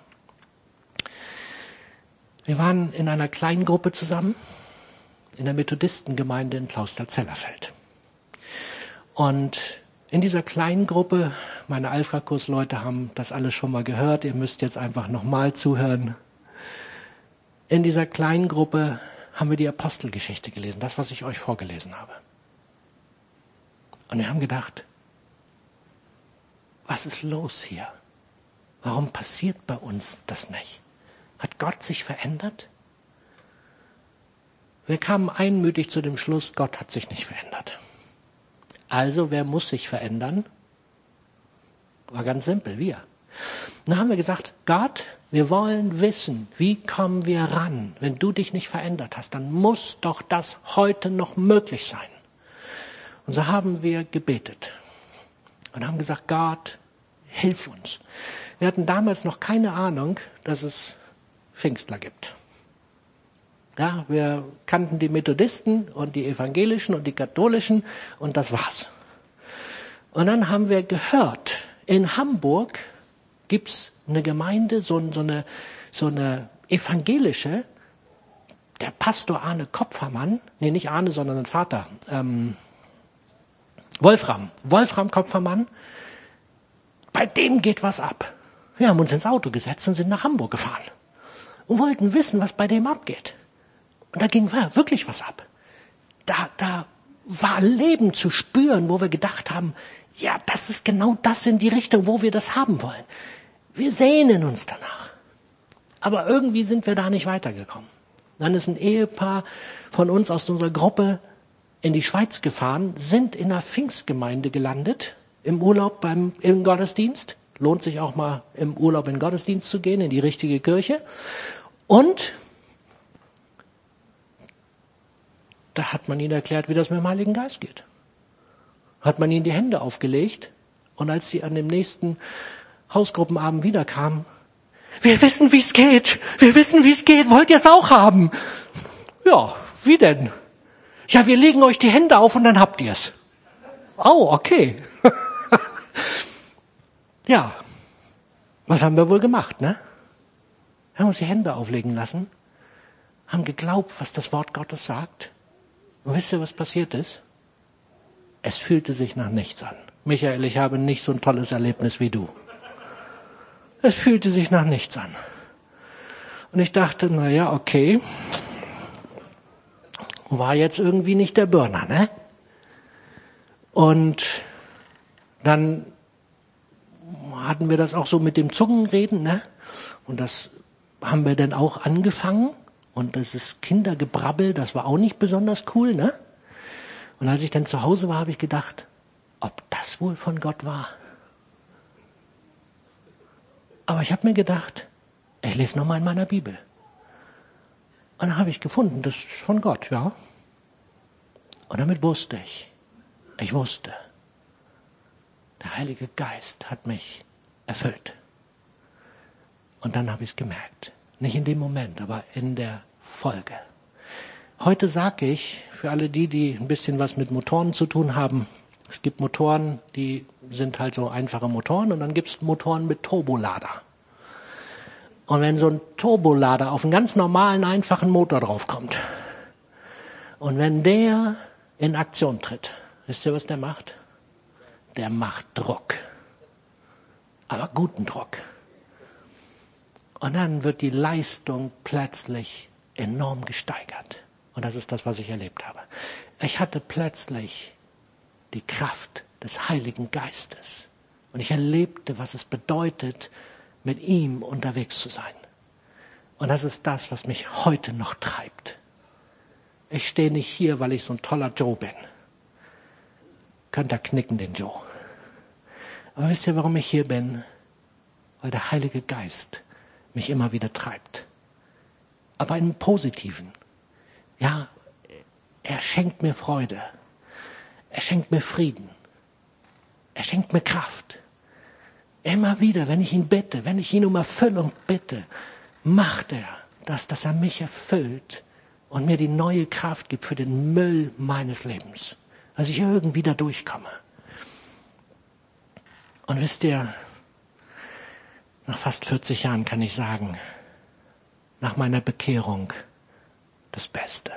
Wir waren in einer kleinen Gruppe zusammen, in der Methodistengemeinde in Clausthal-Zellerfeld. Und in dieser kleinen Gruppe, meine Alpha-Kurs-Leute haben das alles schon mal gehört, ihr müsst jetzt einfach nochmal zuhören. In dieser kleinen Gruppe haben wir die Apostelgeschichte gelesen, das, was ich euch vorgelesen habe. Und wir haben gedacht, was ist los hier? Warum passiert bei uns das nicht? Hat Gott sich verändert? Wir kamen einmütig zu dem Schluss, Gott hat sich nicht verändert. Also, wer muss sich verändern? War ganz simpel, wir. Und dann haben wir gesagt, Gott, wir wollen wissen, wie kommen wir ran? Wenn du dich nicht verändert hast, dann muss doch das heute noch möglich sein. Und so haben wir gebetet und haben gesagt, Gott, hilf uns. Wir hatten damals noch keine Ahnung, dass es Pfingstler gibt. Ja, wir kannten die Methodisten und die Evangelischen und die Katholischen und das war's. Und dann haben wir gehört, in Hamburg gibt's eine Gemeinde, so, so, eine, so eine evangelische, der Pastor Arne Kopfermann, nee, nicht Arne, sondern sein Vater, ähm, Wolfram, Wolfram Kopfermann, bei dem geht was ab. Wir haben uns ins Auto gesetzt und sind nach Hamburg gefahren und wollten wissen, was bei dem abgeht. Und da ging wirklich was ab. Da, da war Leben zu spüren, wo wir gedacht haben, ja, das ist genau das in die Richtung, wo wir das haben wollen. Wir sehnen uns danach. Aber irgendwie sind wir da nicht weitergekommen. Dann ist ein Ehepaar von uns aus unserer Gruppe in die Schweiz gefahren, sind in einer Pfingstgemeinde gelandet im Urlaub beim, im Gottesdienst. Lohnt sich auch mal im Urlaub in den Gottesdienst zu gehen, in die richtige Kirche. Und da hat man ihnen erklärt, wie das mit dem Heiligen Geist geht. Hat man ihnen die Hände aufgelegt. Und als sie an dem nächsten Hausgruppenabend wiederkamen, wir wissen, wie es geht. Wir wissen, wie es geht. Wollt ihr es auch haben? Ja, wie denn? Ja, wir legen euch die Hände auf und dann habt ihr es. Oh, okay. Ja, was haben wir wohl gemacht, ne? Wir haben uns die Hände auflegen lassen, haben geglaubt, was das Wort Gottes sagt. Und wisst ihr, was passiert ist? Es fühlte sich nach nichts an. Michael, ich habe nicht so ein tolles Erlebnis wie du. Es fühlte sich nach nichts an. Und ich dachte, na ja, okay. War jetzt irgendwie nicht der Burner, ne? Und dann hatten wir das auch so mit dem Zungenreden, ne? Und das haben wir dann auch angefangen. Und das ist Kindergebrabbel, das war auch nicht besonders cool, ne? Und als ich dann zu Hause war, habe ich gedacht, ob das wohl von Gott war. Aber ich habe mir gedacht, ich lese nochmal in meiner Bibel. Und dann habe ich gefunden, das ist von Gott, ja. Und damit wusste ich, ich wusste, der Heilige Geist hat mich erfüllt. Und dann habe ich es gemerkt. Nicht in dem Moment, aber in der Folge. Heute sage ich, für alle die, die ein bisschen was mit Motoren zu tun haben, es gibt Motoren, die sind halt so einfache Motoren und dann gibt es Motoren mit Turbolader. Und wenn so ein Turbolader auf einen ganz normalen, einfachen Motor draufkommt und wenn der in Aktion tritt, wisst ihr, was der macht? Der macht Druck. Aber guten Druck. Und dann wird die Leistung plötzlich enorm gesteigert. Und das ist das, was ich erlebt habe. Ich hatte plötzlich die Kraft des Heiligen Geistes. Und ich erlebte, was es bedeutet, mit ihm unterwegs zu sein. Und das ist das, was mich heute noch treibt. Ich stehe nicht hier, weil ich so ein toller Joe bin. Könnt ihr knicken, den Joe. Aber wisst ihr, warum ich hier bin? Weil der Heilige Geist mich immer wieder treibt. Aber im Positiven. Ja, er schenkt mir Freude. Er schenkt mir Frieden. Er schenkt mir Kraft. Immer wieder, wenn ich ihn bitte, wenn ich ihn um Erfüllung bitte, macht er das, dass er mich erfüllt und mir die neue Kraft gibt für den Müll meines Lebens. Dass ich irgendwie da durchkomme. Und wisst ihr, nach fast vierzig Jahren kann ich sagen, nach meiner Bekehrung das Beste.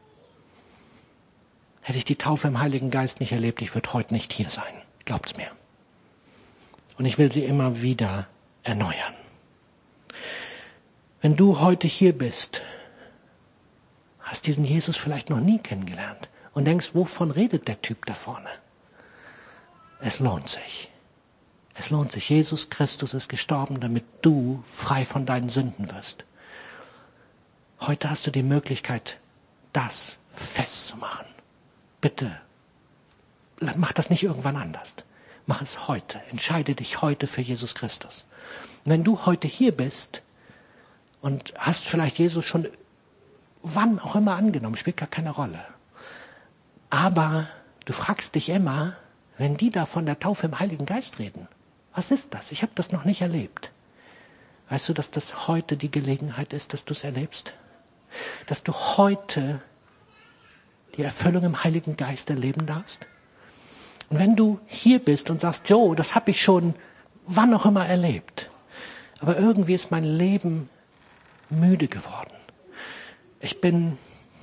Hätte ich die Taufe im Heiligen Geist nicht erlebt, ich würde heute nicht hier sein. Glaubt's mir. Und ich will sie immer wieder erneuern. Wenn du heute hier bist, hast diesen Jesus vielleicht noch nie kennengelernt und denkst, wovon redet der Typ da vorne? Es lohnt sich. Es lohnt sich. Jesus Christus ist gestorben, damit du frei von deinen Sünden wirst. Heute hast du die Möglichkeit, das festzumachen. Bitte, mach das nicht irgendwann anders. Mach es heute. Entscheide dich heute für Jesus Christus. Und wenn du heute hier bist und hast vielleicht Jesus schon wann auch immer angenommen, spielt gar keine Rolle. Aber du fragst dich immer, wenn die da von der Taufe im Heiligen Geist reden, was ist das? Ich habe das noch nicht erlebt. Weißt du, dass das heute die Gelegenheit ist, dass du es erlebst? Dass du heute die Erfüllung im Heiligen Geist erleben darfst? Und wenn du hier bist und sagst, jo, das habe ich schon wann auch immer erlebt, aber irgendwie ist mein Leben müde geworden. Ich bin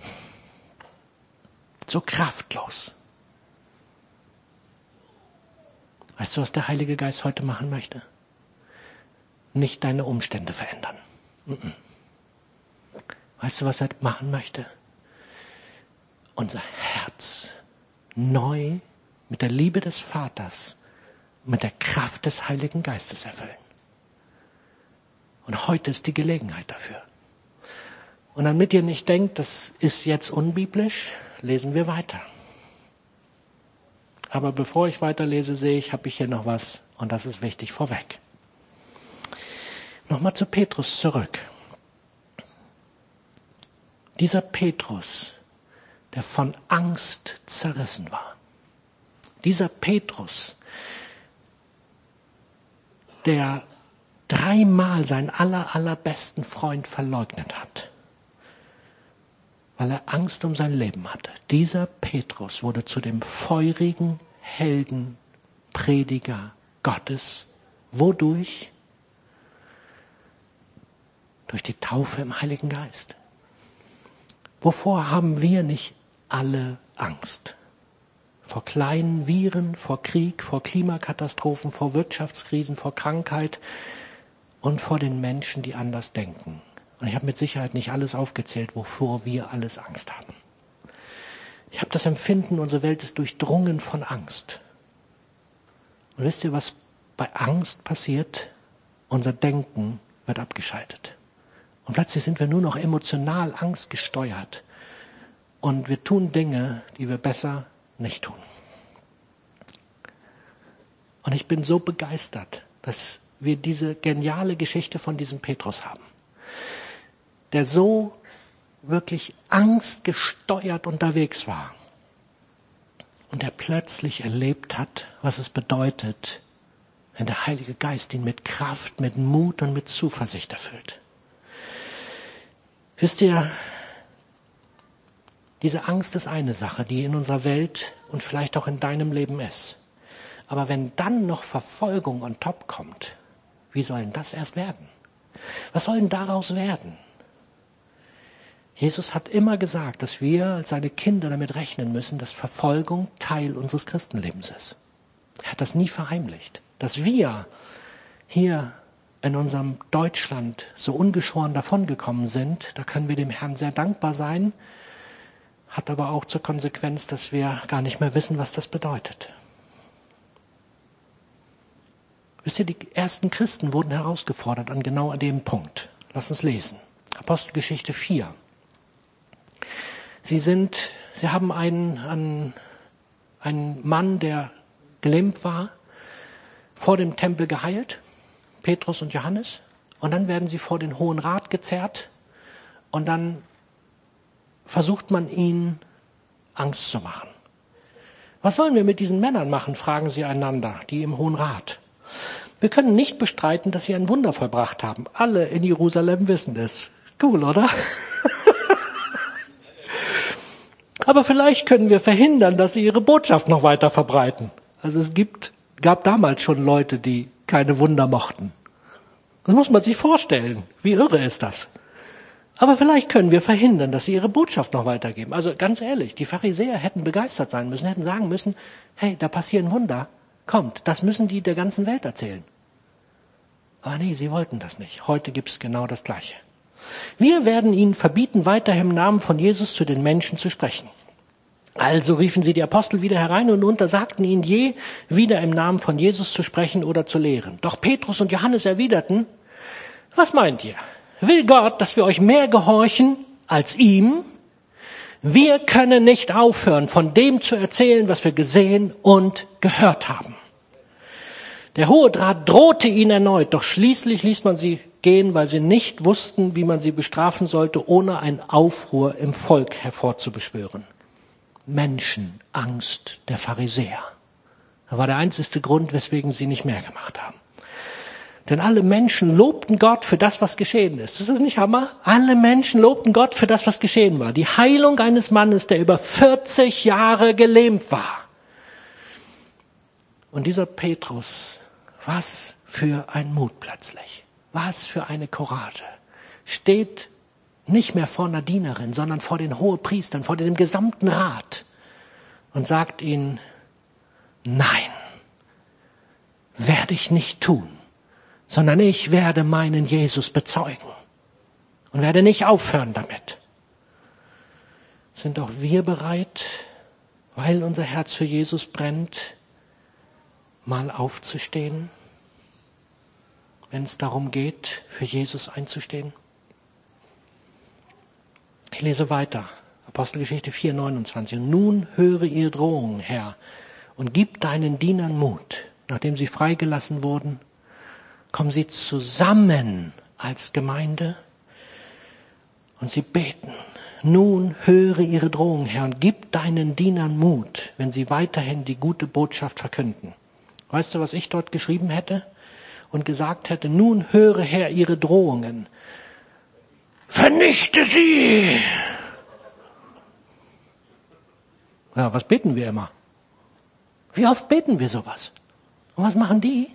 so kraftlos. Weißt du, was der Heilige Geist heute machen möchte? Nicht deine Umstände verändern. Weißt du, was er machen möchte? Unser Herz neu mit der Liebe des Vaters, mit der Kraft des Heiligen Geistes erfüllen. Und heute ist die Gelegenheit dafür. Und damit ihr nicht denkt, das ist jetzt unbiblisch, lesen wir weiter. Aber bevor ich weiterlese, sehe ich, habe ich hier noch was und das ist wichtig vorweg. Nochmal zu Petrus zurück. Dieser Petrus, der von Angst zerrissen war. Dieser Petrus, der dreimal seinen aller, allerbesten Freund verleugnet hat, weil er Angst um sein Leben hatte. Dieser Petrus wurde zu dem feurigen Heldenprediger Gottes. Wodurch? Durch die Taufe im Heiligen Geist. Wovor haben wir nicht alle Angst? Vor kleinen Viren, vor Krieg, vor Klimakatastrophen, vor Wirtschaftskrisen, vor Krankheit und vor den Menschen, die anders denken. Und ich habe mit Sicherheit nicht alles aufgezählt, wovor wir alles Angst haben. Ich habe das Empfinden, unsere Welt ist durchdrungen von Angst. Und wisst ihr, was bei Angst passiert? Unser Denken wird abgeschaltet. Und plötzlich sind wir nur noch emotional angstgesteuert. Und wir tun Dinge, die wir besser nicht tun. Und ich bin so begeistert, dass wir diese geniale Geschichte von diesem Petrus haben, der so wirklich angstgesteuert unterwegs war und der plötzlich erlebt hat, was es bedeutet, wenn der Heilige Geist ihn mit Kraft, mit Mut und mit Zuversicht erfüllt. Wisst ihr, diese Angst ist eine Sache, die in unserer Welt und vielleicht auch in deinem Leben ist. Aber wenn dann noch Verfolgung on top kommt, wie soll denn das erst werden? Was soll denn daraus werden? Jesus hat immer gesagt, dass wir als seine Kinder damit rechnen müssen, dass Verfolgung Teil unseres Christenlebens ist. Er hat das nie verheimlicht. Dass wir hier in unserem Deutschland so ungeschoren davongekommen sind, da können wir dem Herrn sehr dankbar sein, hat aber auch zur Konsequenz, dass wir gar nicht mehr wissen, was das bedeutet. Wisst ihr, die ersten Christen wurden herausgefordert an genau an dem Punkt. Lass uns lesen. Apostelgeschichte vier. Sie sind, sie haben einen, einen, einen Mann, der gelähmt war, vor dem Tempel geheilt, Petrus und Johannes, und dann werden sie vor den Hohen Rat gezerrt und dann versucht man ihnen Angst zu machen. Was sollen wir mit diesen Männern machen, fragen sie einander, die im Hohen Rat. Wir können nicht bestreiten, dass sie ein Wunder vollbracht haben. Alle in Jerusalem wissen es. Cool, oder? Aber vielleicht können wir verhindern, dass sie ihre Botschaft noch weiter verbreiten. Also es gibt, gab damals schon Leute, die keine Wunder mochten. Das muss man sich vorstellen. Wie irre ist das? Aber vielleicht können wir verhindern, dass sie ihre Botschaft noch weitergeben. Also ganz ehrlich, die Pharisäer hätten begeistert sein müssen, hätten sagen müssen, hey, da passieren Wunder, kommt, das müssen die der ganzen Welt erzählen. Aber nee, sie wollten das nicht. Heute gibt es genau das Gleiche. Wir werden ihnen verbieten, weiter im Namen von Jesus zu den Menschen zu sprechen. Also riefen sie die Apostel wieder herein und untersagten ihnen je, wieder im Namen von Jesus zu sprechen oder zu lehren. Doch Petrus und Johannes erwiderten, was meint ihr? Will Gott, dass wir euch mehr gehorchen als ihm? Wir können nicht aufhören, von dem zu erzählen, was wir gesehen und gehört haben. Der Hohenrat drohte ihnen erneut, doch schließlich ließ man sie gehen, weil sie nicht wussten, wie man sie bestrafen sollte, ohne einen Aufruhr im Volk hervorzubeschwören. Menschenangst der Pharisäer. Das war der einzige Grund, weswegen sie nicht mehr gemacht haben. Denn alle Menschen lobten Gott für das, was geschehen ist. Ist das nicht Hammer? Alle Menschen lobten Gott für das, was geschehen war. Die Heilung eines Mannes, der über vierzig Jahre gelähmt war. Und dieser Petrus, was für ein Mut plötzlich. Was für eine Courage. Steht nicht mehr vor einer Dienerin, sondern vor den Hohepriestern, vor dem gesamten Rat und sagt ihnen, nein, werde ich nicht tun, sondern ich werde meinen Jesus bezeugen und werde nicht aufhören damit. Sind auch wir bereit, weil unser Herz für Jesus brennt, mal aufzustehen, wenn es darum geht, für Jesus einzustehen? Ich lese weiter. Apostelgeschichte vier, neunundzwanzig. Nun höre ihr Drohungen, Herr, und gib deinen Dienern Mut. Nachdem sie freigelassen wurden, kommen sie zusammen als Gemeinde und sie beten. Nun höre ihre Drohung, Herr, und gib deinen Dienern Mut, wenn sie weiterhin die gute Botschaft verkünden. Weißt du, was ich dort geschrieben hätte? Und gesagt hätte, nun höre, Herr, ihre Drohungen. Vernichte sie! Ja, was beten wir immer? Wie oft beten wir sowas? Und was machen die?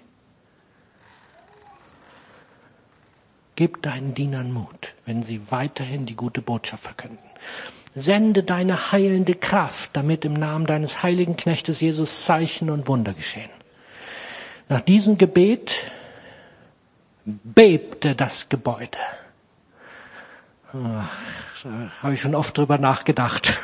Gib deinen Dienern Mut, wenn sie weiterhin die gute Botschaft verkünden. Sende deine heilende Kraft, damit im Namen deines heiligen Knechtes Jesus Zeichen und Wunder geschehen. Nach diesem Gebet bebte das Gebäude. Da habe ich schon oft drüber nachgedacht.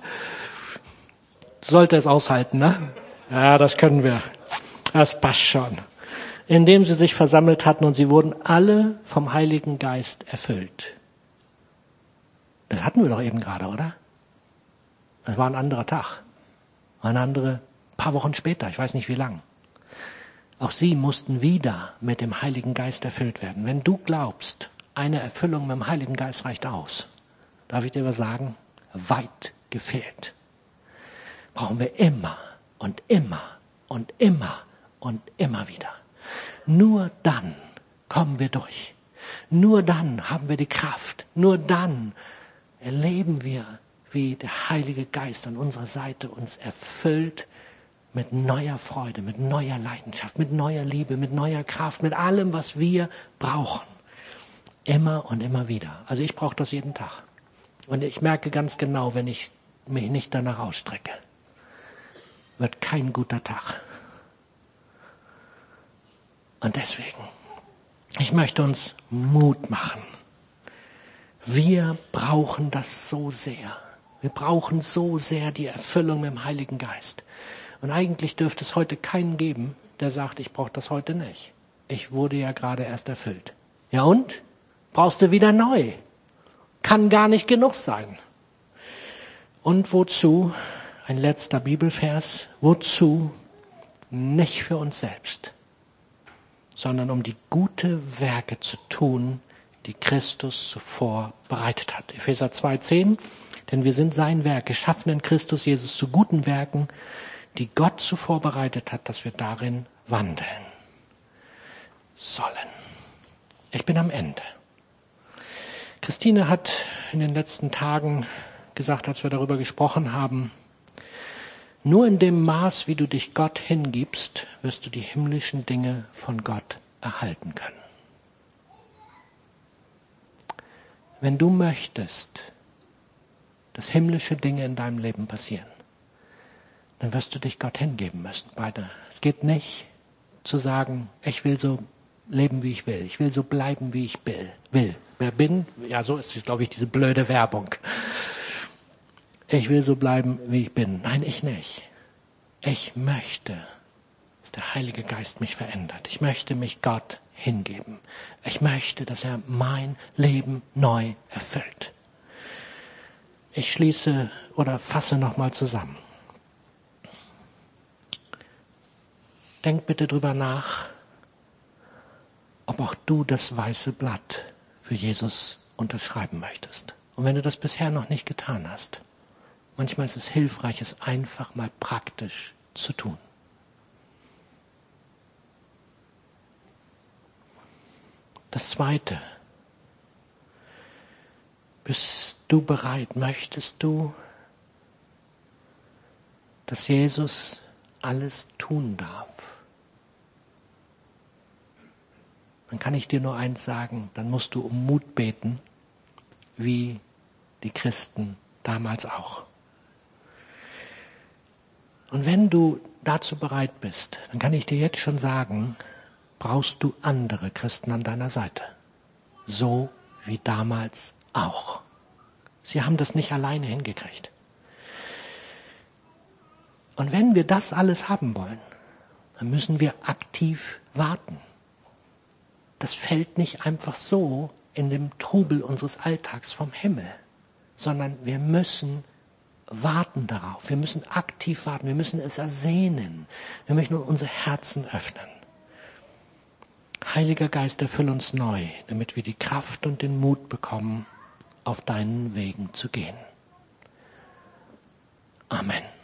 Sollte es aushalten, ne? Ja, das können wir. Das passt schon. Indem sie sich versammelt hatten und sie wurden alle vom Heiligen Geist erfüllt. Das hatten wir doch eben gerade, oder? Das war ein anderer Tag. Ein andere, paar Wochen später, ich weiß nicht wie lang. Auch sie mussten wieder mit dem Heiligen Geist erfüllt werden. Wenn du glaubst, eine Erfüllung mit dem Heiligen Geist reicht aus, darf ich dir was sagen? Weit gefehlt. Brauchen wir immer und immer und immer und immer wieder. Nur dann kommen wir durch. Nur dann haben wir die Kraft. Nur dann erleben wir, wie der Heilige Geist an unserer Seite uns erfüllt mit neuer Freude, mit neuer Leidenschaft, mit neuer Liebe, mit neuer Kraft, mit allem, was wir brauchen. Immer und immer wieder. Also ich brauche das jeden Tag. Und ich merke ganz genau, wenn ich mich nicht danach ausstrecke, wird kein guter Tag. Und deswegen, ich möchte uns Mut machen. Wir brauchen das so sehr. Wir brauchen so sehr die Erfüllung mit dem Heiligen Geist. Und eigentlich dürfte es heute keinen geben, der sagt, ich brauche das heute nicht. Ich wurde ja gerade erst erfüllt. Ja und? Brauchst du wieder neu? Kann gar nicht genug sein. Und wozu? Ein letzter Bibelvers. Wozu? Nicht für uns selbst, sondern um die gute Werke zu tun, die Christus zuvor bereitet hat. Epheser zwei zehn. Denn wir sind sein Werk, geschaffen in Christus Jesus zu guten Werken, die Gott zuvor bereitet hat, dass wir darin wandeln sollen. Ich bin am Ende. Christine hat in den letzten Tagen gesagt, als wir darüber gesprochen haben, nur in dem Maß, wie du dich Gott hingibst, wirst du die himmlischen Dinge von Gott erhalten können. Wenn du möchtest, dass himmlische Dinge in deinem Leben passieren, dann wirst du dich Gott hingeben müssen. Beide. Es geht nicht zu sagen, ich will so leben, wie ich will. Ich will so bleiben, wie ich will. Wer bin? Ja, so ist es, glaube ich, diese blöde Werbung. Ich will so bleiben, wie ich bin. Nein, ich nicht. Ich möchte, dass der Heilige Geist mich verändert. Ich möchte mich Gott hingeben. Ich möchte, dass er mein Leben neu erfüllt. Ich schließe oder fasse nochmal zusammen. Denk bitte drüber nach, ob auch du das weiße Blatt für Jesus unterschreiben möchtest. Und wenn du das bisher noch nicht getan hast, manchmal ist es hilfreich, es einfach mal praktisch zu tun. Das Zweite. Bist du bereit? Möchtest du, dass Jesus alles tun darf? Dann kann ich dir nur eins sagen, dann musst du um Mut beten, wie die Christen damals auch. Und wenn du dazu bereit bist, dann kann ich dir jetzt schon sagen, brauchst du andere Christen an deiner Seite. So wie damals auch. Sie haben das nicht alleine hingekriegt. Und wenn wir das alles haben wollen, dann müssen wir aktiv warten. Das fällt nicht einfach so in dem Trubel unseres Alltags vom Himmel, sondern wir müssen warten darauf. Wir müssen aktiv warten. Wir müssen es ersehnen. Wir möchten unsere Herzen öffnen. Heiliger Geist, erfülle uns neu, damit wir die Kraft und den Mut bekommen, auf deinen Wegen zu gehen. Amen.